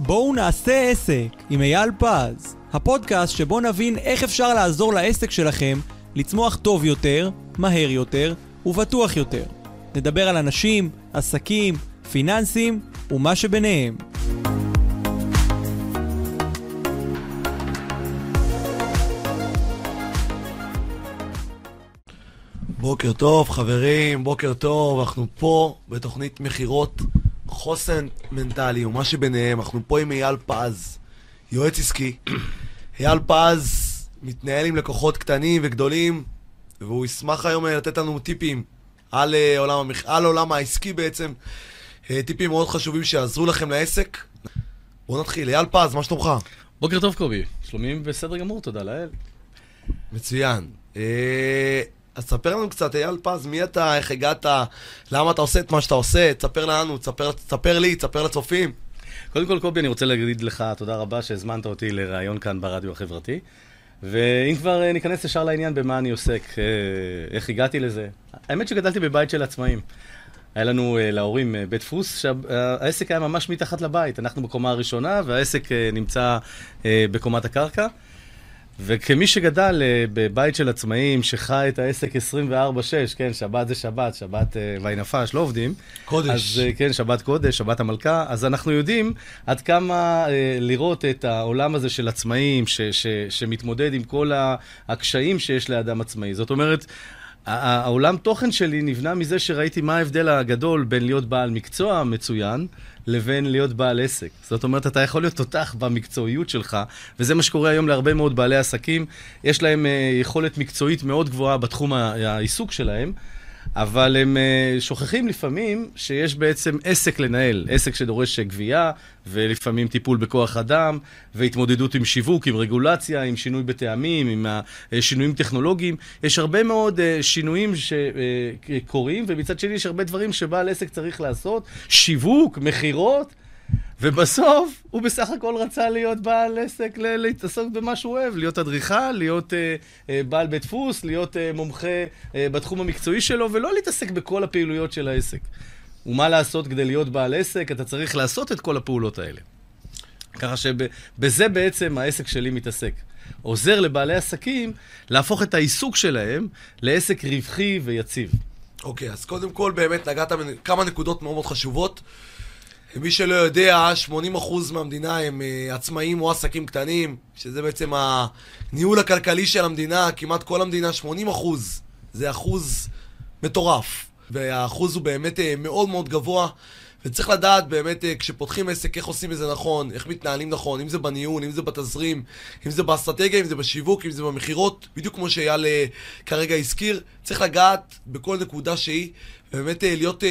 בואו נעשה עסק עם אייל פז, הפודקאסט שבו נבין איך אפשר לעזור לעסק שלכם לצמוח טוב יותר, מהר יותר ובטוח יותר. נדבר על אנשים, עסקים, פיננסים ומה שביניהם. בוקר טוב חברים, בוקר טוב, אנחנו פה בתוכנית מחירות חוסן מנטלי ומה שביניהם. אנחנו פה עם אייל פז, יועץ עסקי. אייל פז מתנהל עם לקוחות קטנים וגדולים, והוא ישמח היום לתת לנו טיפים על עולם העסקי בעצם, טיפים מאוד חשובים שיעזרו לכם לעסק. בואו נתחיל. אייל פז, מה שלומך? בוקר טוב קובי, שלומים בסדר גמור, תודה לאל. מצוין. אז תספר לנו קצת, אייל פז, מי אתה, איך הגעת, למה אתה עושה את מה שאתה עושה, תספר לנו, תספר לי, תספר לצופים. קודם כל קובי, אני רוצה להגיד לך תודה רבה שהזמנת אותי לראיון כאן ברדיו החברתי, ואם כבר ניכנס ישר לעניין במה אני עוסק, איך הגעתי לזה. האמת שגדלתי בבית של עצמאים. היה לנו להורים בית דפוס, שהעסק היה ממש מתחת לבית. אנחנו בקומה הראשונה והעסק נמצא בקומת הקרקע. וכמי שגדל בבית של עצמאים, שחי את העסק 24/6, כן, שבת זה שבת, שבת וינפש, לא עובדים. קודש. אז כן, שבת קודש, שבת המלכה. אז אנחנו יודעים עד כמה לראות את העולם הזה של עצמאים, שמתמודד עם כל הקשיים שיש לאדם עצמאי. זאת אומרת, העולם תוכן שלי נבנה מזה שראיתי מה ההבדל הגדול בין להיות בעל מקצוע מצוין, לבין להיות בעל עסק. זאת אומרת, אתה יכול להיות תותח במקצועיות שלך, וזה מה שקורה היום להרבה מאוד בעלי עסקים. יש להם יכולת מקצועית מאוד גבוהה בתחום העיסוק שלהם, אבל הם שוכחים לפעמים שיש בעצם עסק לנהל, עסק שדורש גבייה, ולפעמים טיפול בכוח אדם, והתמודדות עם שיווק, עם רגולציה, עם שינוי בטעמים, עם שינויים טכנולוגיים. יש הרבה מאוד שינויים שקורים, ומצד שני יש הרבה דברים שבעל עסק צריך לעשות, שיווק, מחירות, ובסוף הוא בסך הכל רצה להיות בעל עסק, להתעסק במה שהוא אוהב, להיות אדריכל, להיות בעל בית דפוס, להיות מומחה בתחום המקצועי שלו, ולא להתעסק בכל הפעילויות של העסק. ומה לעשות כדי להיות בעל עסק? אתה צריך לעשות את כל הפעולות האלה. ככה שבזה בעצם העסק שלי מתעסק. עוזר לבעלי עסקים להפוך את העיסוק שלהם לעסק רווחי ויציב. אוקיי, אז קודם כל באמת נגעת כמה נקודות מאוד מאוד חשובות. מי שלא יודע, 80% מהמדינה הם עצמאים או עסקים קטנים, שזה בעצם הניהול הכלכלי של המדינה, כמעט כל המדינה, 80%. זה אחוז מטורף, והאחוז הוא באמת מאוד מאוד גבוה, וצריך לדעת באמת כשפותחים עסק איך עושים את זה נכון, איך מתנהלים נכון, אם זה בניהול, אם זה בתזרים, אם זה באסטרטגיה, אם זה בשיווק, אם זה במחירות, בדיוק כמו שאייל כרגע הזכיר, צריך לגעת בכל נקודה שהיא, ובאמת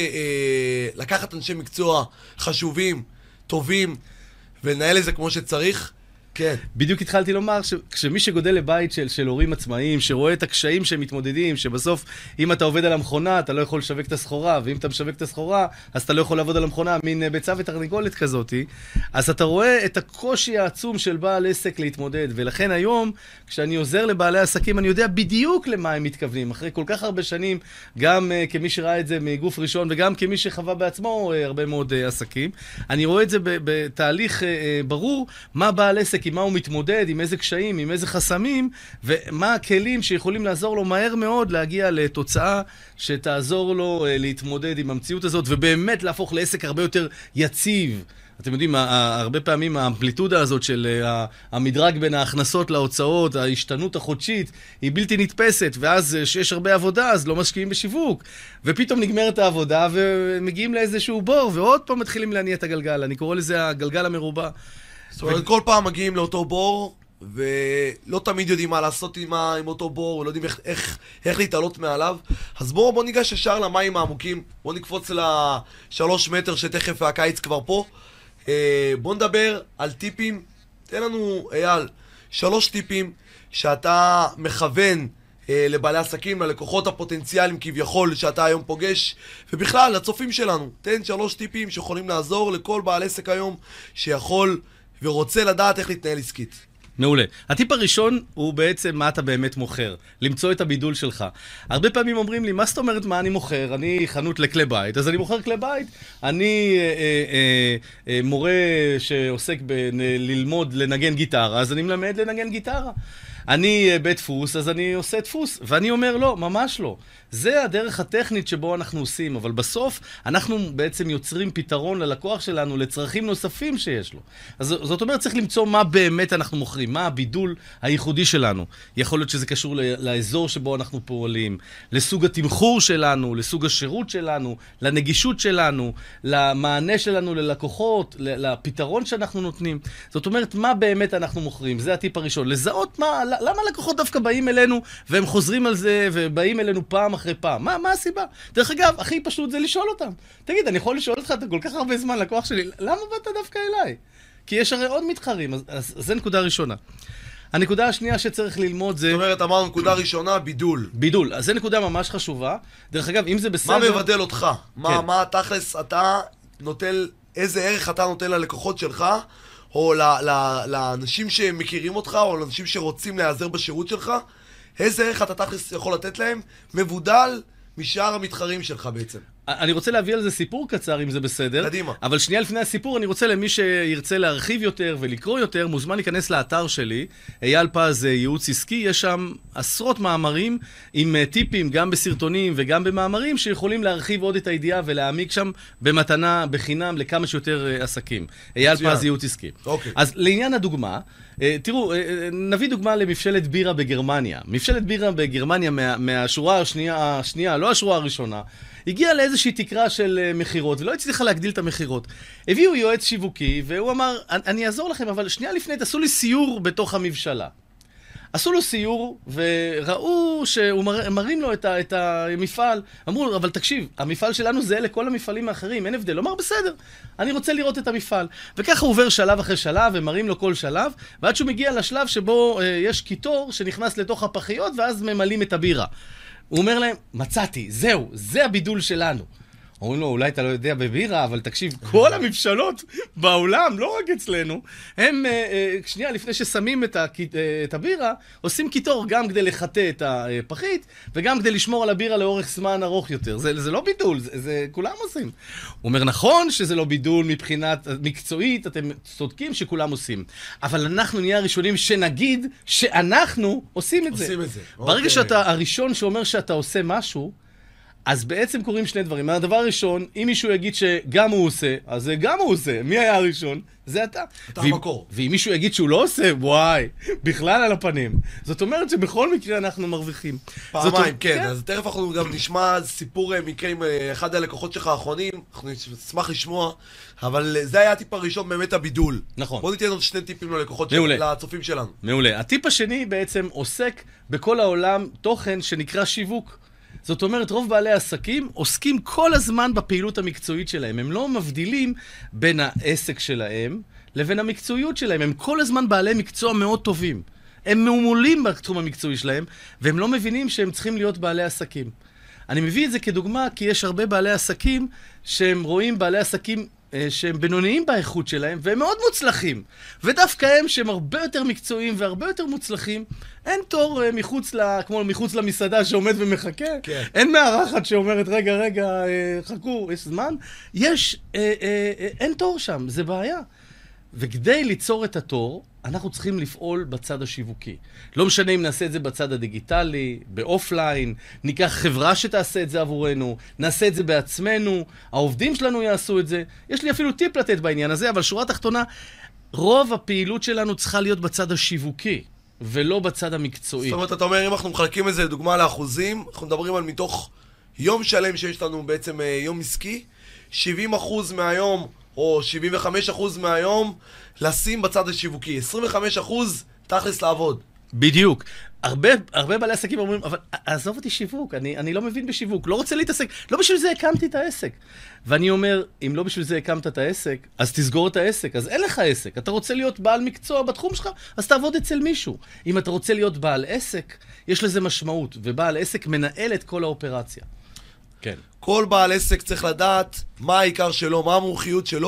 לקחת אנשי מקצוע חשובים, טובים, ולנהל את זה כמו שצריך. כן. בדיוק התחלתי לומר שכשמי שגודל לבית של הורים עצמאיים, שרואה את הקשיים שהם מתמודדים, שבסוף אם אתה עובד על המכונה, אתה לא יכול לשווק את הסחורה, ואם אתה משווק את הסחורה, אז אתה לא יכול לעבוד על המכונה, מין ביצה ותרנגולת כזאת. אז אתה רואה את הקושי העצום של בעל עסק להתמודד, ולכן היום, כשאני עוזר לבעלי עסקים, אני יודע בדיוק למה הם מתכוונים. אחרי כל כך הרבה שנים, גם כמי שראה את זה מגוף ראשון, וגם כמי שחווה בעצמו הרבה מאוד עסקים, אני רואה את זה בתהליך ברור, מה בעל עסק, עם מה הוא מתמודד, עם איזה קשיים, עם איזה חסמים, ומה הכלים שיכולים לעזור לו מהר מאוד להגיע לתוצאה שתעזור לו להתמודד עם המציאות הזאת, ובאמת להפוך לעסק הרבה יותר יציב. אתם יודעים, הרבה פעמים האמפליטודה הזאת של המדרג בין ההכנסות להוצאות, ההשתנות החודשית, היא בלתי נתפסת, ואז שיש הרבה עבודה, אז לא משקיעים בשיווק. ופתאום נגמרת העבודה, ומגיעים לאיזשהו בור, ועוד פעם מתחילים להניע את הגלגל. אני קורא לזה הגלגל המרובע. זאת אומרת, כל פעם מגיעים לאותו בור, ולא תמיד יודעים מה לעשות עם אותו בור, ולא יודעים איך להתעלות מעליו. אז בואו ניגש ישר למים העמוקים, בואו נקפוץ ל3 מטר שתכף הקיץ כבר פה. בואו נדבר על טיפים. תן לנו, אייל, 3 טיפים שאתה מכוון לבעלי עסקים, ללקוחות הפוטנציאליים כביכול שאתה היום פוגש, ובכלל, לצופים שלנו. תן 3 טיפים שיכולים לעזור לכל בעל עסק היום שיכול ורוצה לדעת איך להתנהל עסקית. מעולה. הטיפ הראשון הוא בעצם מה אתה באמת מוכר. למצוא את הבידול שלך. הרבה פעמים אומרים לי, מה זאת אומרת מה אני מוכר? אני חנות לכלי בית, אז אני מוכר כלי בית. אני מורה שעוסק ללמוד לנגן גיטרה, אז אני מלמד לנגן גיטרה. אני בית דפוס, אז אני עושה דפוס. ואני אומר, לא, ממש לא. זה הדרך הטכנית שבו אנחנו עושים, אבל בסוף אנחנו בעצם יוצרים פתרון ללקוח שלנו, לצרכים נוספים שיש לו. אז זאת אומרת, צריך למצוא מה באמת אנחנו מוכרים, מה הבידול הייחודי שלנו. יכול להיות שזה קשור לאזור שבו אנחנו פועלים, לסוג התמחור שלנו, לסוג השירות שלנו, לנגישות שלנו, למענה שלנו ללקוחות, לפתרון שאנחנו נותנים. זאת אומרת, מה באמת אנחנו מוכרים? זה הטיפ הראשון. לזהות למה לקוחות דווקא באים אלינו, והם חוזרים על זה, ובאים אלינו פעם אחרי פעם. מה הסיבה? דרך אגב, הכי פשוט זה לשאול אותם. תגיד, אני יכול לשאול אותך, אתה כל כך הרבה זמן לקוח שלי, למה באת דווקא אליי? כי יש הרי עוד מתחרים, אז זה נקודה ראשונה. הנקודה השנייה שצריך ללמוד זה... זאת אומרת, אמרנו נקודה ראשונה, בידול. בידול, אז זה נקודה ממש חשובה. דרך אגב, אם זה בסדר... מה מבדל אותך? מה תכלס אתה נוטל, איזה ערך אתה נותן ללקוחות שלך, או לאנשים שמכירים אותך, או לאנשים שרוצים להיעזר בשירות שלך? איזה ערך אתה תכלס יכול לתת להם? מבודל משאר המתחרים שלך בעצם. אני רוצה להביא על זה סיפור קצר, אם זה בסדר. קדימה. אבל שנייה לפני הסיפור, אני רוצה למי שירצה להרחיב יותר ולקרוא יותר, מוזמן להיכנס לאתר שלי, אייל פז ייעוץ עסקי, יש שם עשרות מאמרים עם טיפים, גם בסרטונים וגם במאמרים, שיכולים להרחיב עוד את הידיעה ולהעמיק שם במתנה, בחינם, לכמה שיותר עסקים. אייל פז ייעוץ עסקי. אוקיי. אז לעניין הדוגמה, תראו, נביא דוגמה למפשלת בירה בגרמניה. מפשלת בירה בגרמניה מהשורה השנייה, לא השורה הראשונה, הגיעה לאיזושהי תקרה של מחירות, ולא הצליחה להגדיל את המחירות. הביאו יועץ שיווקי, והוא אמר, אני אעזור לכם, אבל שנייה לפני, תעשו לי סיור בתוך המבשלה. עשו לו סיור, וראו שהוא מראים לו את המפעל. אמרו, אבל תקשיב, המפעל שלנו זה לכל המפעלים האחרים, אין הבדל. הוא אמר, בסדר, אני רוצה לראות את המפעל. וככה הוא עובר שלב אחרי שלב, ומראים לו כל שלב, ועד שהוא מגיע לשלב שבו יש קיטור שנכנס לתוך הפחיות, ואז ממלאים את הבירה. הוא אומר להם, מצאתי, זהו, זה הבידול שלנו. אומרים לו, אולי אתה לא יודע בבירה, אבל תקשיב, כל המבשלות בעולם, לא רק אצלנו, הם, שנייה, לפני ששמים את הבירה, עושים קיטור גם כדי לחטא את הפחית, וגם כדי לשמור על הבירה לאורך זמן ארוך יותר. זה לא בידול, זה כולם עושים. הוא אומר, נכון שזה לא בידול מבחינת מקצועית, אתם צודקים שכולם עושים. אבל אנחנו נהיה הראשונים שנגיד שאנחנו עושים את זה. עושים את זה. ברגע שאתה הראשון שאומר שאתה עושה משהו, אז בעצם קוראים שני דברים. הדבר הראשון, אם מישהו יגיד שגם הוא עושה, אז זה גם הוא עושה. מי היה הראשון? זה אתה. אתה המקור. ואם מישהו יגיד שהוא לא עושה, וואי, בכלל על הפנים. זאת אומרת שבכל מקרה אנחנו מרוויחים. פעמיים, כן. אז תכף אנחנו גם נשמע סיפור מקרה עם אחד הלקוחות שלך האחרונים. אנחנו נשמח לשמוע. אבל זה היה הטיפ הראשון, באמת הבידול. נכון. בוא ניתן עוד שני טיפים ללקוחות לצופים שלנו. מעולה. הטיפ השני בעצם עוסק בכל העולם תוכן שנקרא שיווק. זאת אומרת, רוב בעלי העסקים עוסקים כל הזמן בפעילות המקצועית שלהם. הם לא מבדילים בין העסק שלהם לבין המקצועיות שלהם. הם כל הזמן בעלי מקצוע מאוד טובים. הם מעולים בתחום המקצועי שלהם, והם לא מבינים שהם צריכים להיות בעלי עסקים. אני מביא את זה כדוגמה, כי יש הרבה בעלי עסקים שהם רואים בעלי עסקים שהם בינוניים באיכות שלהם, והם מאוד מוצלחים. ודווקא הם שהם הרבה יותר מקצועיים והרבה יותר מוצלחים, אין תור כמו מחוץ למסעדה שעומד ומחכה. כן. אין מארחת שאומרת, רגע, חכו, יש זמן. אין תור שם, זה בעיה. וכדי ליצור את התור, אנחנו צריכים לפעול בצד השיווקי. לא משנה אם נעשה את זה בצד הדיגיטלי, באופליין, ניקח חברה שתעשה את זה עבורנו, נעשה את זה בעצמנו, העובדים שלנו יעשו את זה. יש לי אפילו טיפ לתת בעניין הזה, אבל שורה תחתונה, רוב הפעילות שלנו צריכה להיות בצד השיווקי, ולא בצד המקצועי. זאת אומרת, אתה אומר, אם אנחנו מחלקים את זה לדוגמה לאחוזים, אנחנו מדברים על מתוך יום שלם שיש לנו בעצם יום עסקי, 70% מהיום, או 75% מהיום, לשים בצד השיווקי. 25% תכלס לעבוד. בדיוק. הרבה בעלי עסקים אומרים, אבל עזוב אותי שיווק, אני לא מבין בשיווק, לא רוצה להתעסק, לא בשביל זה הקמתי את העסק. ואני אומר, אם לא בשביל זה הקמת את העסק, אז תסגור את העסק, אז אין לך עסק. אתה רוצה להיות בעל מקצוע בתחום שלך, אז תעבוד אצל מישהו. אם אתה רוצה להיות בעל עסק, יש לזה משמעות, ובעל עסק מנהל את כל האופרציה. כן. כל בעל עסק צריך לדעת מה העיקר שלו, מה המומחיות שלו,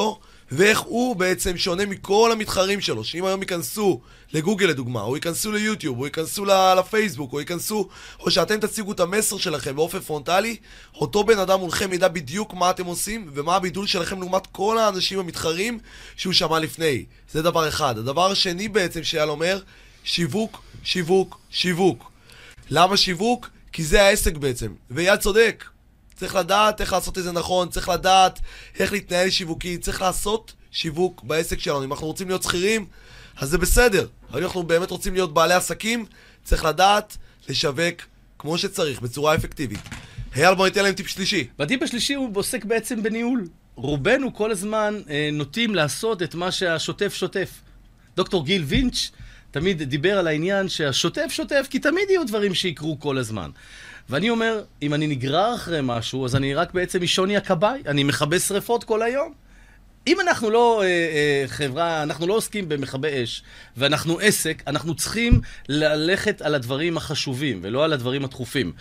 ואיך הוא בעצם שונה מכל המתחרים שלו, שאם היום ייכנסו לגוגל לדוגמה, או ייכנסו ליוטיוב, או ייכנסו לפייסבוק, או שאתם תציגו את המסר שלכם באופן פרונטלי, אותו בן אדם מולכם ידע בדיוק מה אתם עושים, ומה הבידול שלכם לעומת כל האנשים המתחרים שהוא שמע לפני. זה דבר אחד. הדבר השני בעצם שאייל אומר, שיווק, שיווק, שיווק. למה שיווק? כי זה העסק בעצם. ואייל צודק. צריך לדעת איך לעשות את זה נכון, צריך לדעת איך להתנהל שיווקי, צריך לעשות שיווק בעסק שלנו. אם אנחנו רוצים להיות שכירים, אז זה בסדר. אבל אם אנחנו באמת רוצים להיות בעלי עסקים, צריך לדעת לשווק כמו שצריך, בצורה אפקטיבית. אייל, בוא ניתן להם טיפ שלישי. בטיפ השלישי הוא עוסק בעצם בניהול. רובנו כל הזמן נוטים לעשות את מה שהשוטף שוטף. דוקטור גיל וינץ' תמיד דיבר על העניין שהשוטף שוטף, כי תמיד יהיו דברים שיקרו כל הזמן. ואני אומר, אם אני נגרר אחרי משהו, אז אני רק בעצם אישוני הכבאי, אני מכבה שריפות כל היום. אם אנחנו לא חברה, אנחנו לא עוסקים במכבי אש, ואנחנו עסק, אנחנו צריכים ללכת על הדברים החשובים, ולא על הדברים הדחופים.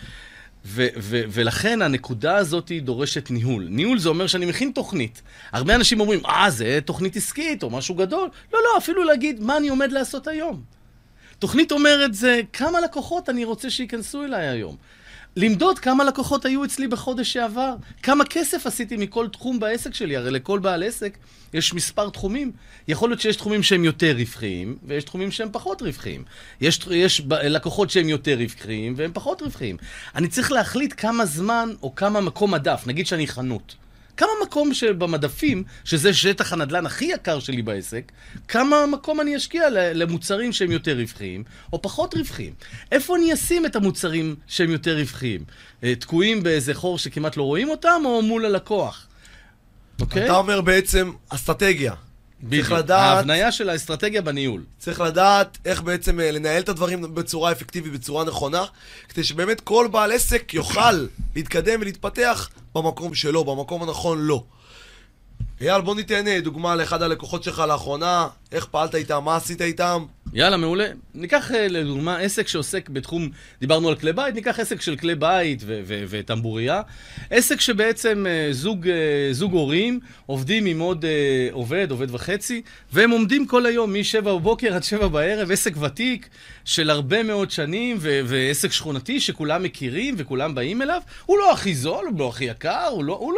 ולכן הנקודה הזאת דורשת ניהול. ניהול זה אומר שאני מכין תוכנית. הרבה אנשים אומרים, זה תוכנית עסקית או משהו גדול. לא, אפילו להגיד מה אני עומד לעשות היום. תוכנית אומרת זה כמה לקוחות אני רוצה שיכנסו אליי היום. למדוד כמה לקוחות היו אצלי בחודש שעבר, כמה כסף עשיתי מכל תחום בעסק שלי, הרי לכל בעל עסק יש מספר תחומים. יכול להיות שיש תחומים שהם יותר רווחיים, ויש תחומים שהם פחות רווחיים. יש לקוחות שהם יותר רווחיים, והם פחות רווחיים. אני צריך להחליט כמה זמן או כמה מקום מדף, נגיד שאני חנות. כמה מקום שבמדפים, שזה שטח הנדלן הכי יקר שלי בעסק, כמה מקום אני אשקיע למוצרים שהם יותר רווחיים, או פחות רווחיים. איפה אני אשים את המוצרים שהם יותר רווחיים? תקועים באיזה חור שכמעט לא רואים אותם, או מול הלקוח? אוקיי? אתה אומר בעצם אסטרטגיה. צריך לדעת... ההבניה של האסטרטגיה בניהול. צריך לדעת איך בעצם לנהל את הדברים בצורה אפקטיבית, בצורה נכונה, כדי שבאמת כל בעל עסק יוכל להתקדם ולהתפתח במקום שלו, במקום הנכון לא. אייל, בוא ניתן דוגמה לאחד הלקוחות שלך לאחרונה, איך פעלת איתם, מה עשית איתם? יאללה, מעולה. ניקח לדוגמה עסק שעוסק בתחום, דיברנו על כלי בית, ניקח עסק של כלי בית וטמבוריה. עסק שבעצם זוג הורים עובדים עם עוד עובד וחצי, והם עומדים כל היום מ-7 בבוקר עד 7 בערב, עסק ותיק של הרבה מאוד שנים, ועסק שכונתי שכולם מכירים וכולם באים אליו. הוא לא הכי זול, הוא לא הכי יקר,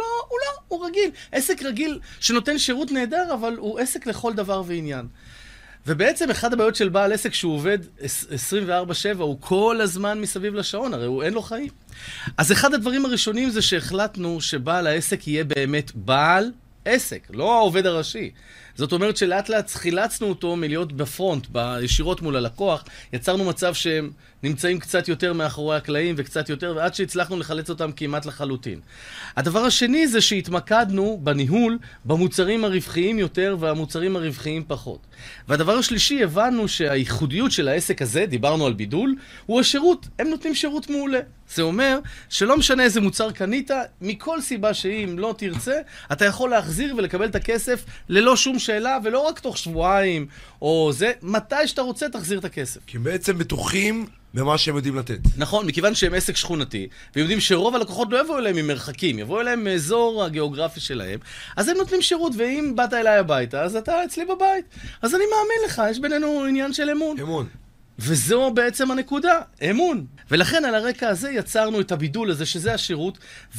הוא רגיל. עסק רגיל שנותן שירות נהדר, אבל הוא עסק לכל דבר ועניין. ובעצם אחד הבעיות של בעל עסק שהוא עובד 24/7, הוא כל הזמן מסביב לשעון, הרי אין לו חיים. אז אחד הדברים הראשונים זה שהחלטנו שבעל העסק יהיה באמת בעל עסק, לא העובד הראשי. זאת אומרת שלאט לאט חילצנו אותו מלהיות בפרונט, ישירות מול הלקוח, יצרנו מצב שהם נמצאים קצת יותר מאחורי הקלעים וקצת יותר, ועד שהצלחנו לחלץ אותם כמעט לחלוטין. הדבר השני זה שהתמקדנו בניהול במוצרים הרווחיים יותר והמוצרים הרווחיים פחות. והדבר השלישי, הבנו שהייחודיות של העסק הזה, דיברנו על בידול, הוא השירות. הם נותנים שירות מעולה. זה אומר שלא משנה איזה מוצר קנית, מכל סיבה שאם לא תרצה, אתה יכול להחזיר ולקבל את הכסף ללא שום שאלה, ולא רק תוך שבועיים, או זה, מתי שאתה רוצה תחזיר את הכסף. כי בעצם בטוחים במה שהם יודעים לתת. נכון, מכיוון שהם עסק שכונתי, ויודעים שרוב הלקוחות לא יבואו אליהם ממרחקים, יבואו אליהם מאזור הגיאוגרפי שלהם, אז הם נותנים שירות, ואם באת אליי הביתה, אז אתה אצלי בבית. אז אני מאמין לך, יש בינינו עניין של אמון. אמון. וזו בעצם הנקודה, אמון. ולכן על הרקע הזה יצרנו את הבידול הזה, שזה השירות,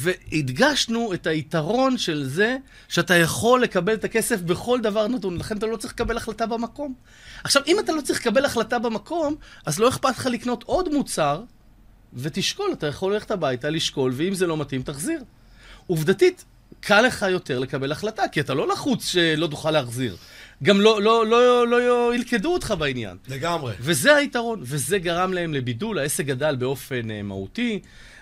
והדגשנו את היתרון של זה, שאתה יכול לקבל את הכסף בכל דבר נתון, לכן אתה לא צריך לקבל החלטה במקום. עכשיו, אם אתה לא צריך לקבל החלטה במקום, אז לא אכפת לך לקנות עוד מוצר, ותשקול, אתה יכול ללכת הביתה, לשקול, ואם זה לא מתאים, תחזיר. עובדתית, קל לך יותר לקבל החלטה, כי אתה לא לחוץ שלא תוכל להחזיר. גם לא ילכדו אותך בעניין. לגמרי. וזה היתרון, וזה גרם להם לבידול, העסק גדל באופן מהותי,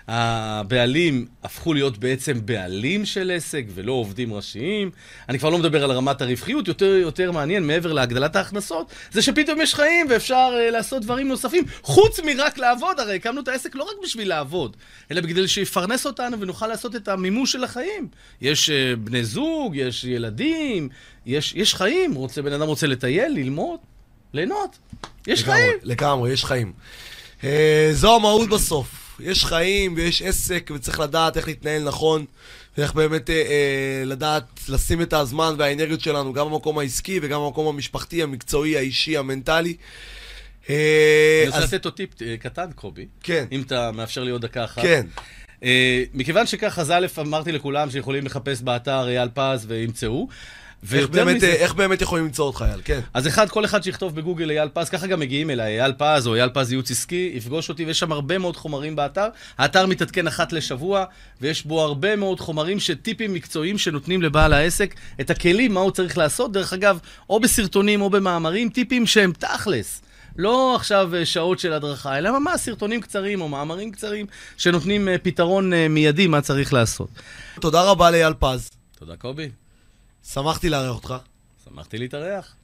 הבעלים הפכו להיות בעצם בעלים של עסק ולא עובדים ראשיים. אני כבר לא מדבר על רמת הרווחיות, יותר מעניין מעבר להגדלת ההכנסות, זה שפתאום יש חיים ואפשר לעשות דברים נוספים, חוץ מרק לעבוד, הרי הקמנו את העסק לא רק בשביל לעבוד, אלא בגלל שיפרנס אותנו ונוכל לעשות את המימוש של החיים. יש בני זוג, יש ילדים, יש חיים, בן אדם רוצה לטייל, ללמוד, ליהנות. יש חיים. לגמרי, יש חיים. זו המהות בסוף. יש חיים ויש עסק וצריך לדעת איך להתנהל נכון ואיך באמת לדעת לשים את הזמן והאנרגיות שלנו, גם במקום העסקי וגם במקום המשפחתי, המקצועי, האישי, המנטלי. אני רוצה לתת עוד טיפ קטן, קובי. כן. אם אתה מאפשר לי עוד דקה אחת. כן. מכיוון שכך, אז א', אמרתי לכולם שיכולים לחפש באתר אייל פז וימצאו. איך באמת יכולים למצוא אותך, אייל? כן. אז כל אחד שיכתוב בגוגל אייל פז, ככה גם מגיעים אליי, אייל פז או אייל פז ייעוץ עסקי, יפגוש אותי, ויש שם הרבה מאוד חומרים באתר. האתר מתעדכן אחת לשבוע, ויש בו הרבה מאוד חומרים טיפים מקצועיים שנותנים לבעל העסק את הכלים, מה הוא צריך לעשות. דרך אגב, או בסרטונים או במאמרים, טיפים שהם תכלס. לא עכשיו שעות של הדרכה, אלא ממש סרטונים קצרים או מאמרים קצרים שנותנים פתרון מיידי מה צריך לעשות. תודה רבה לאייל פז. תודה קובי. שמחתי לארח אותך. שמחתי להתארח.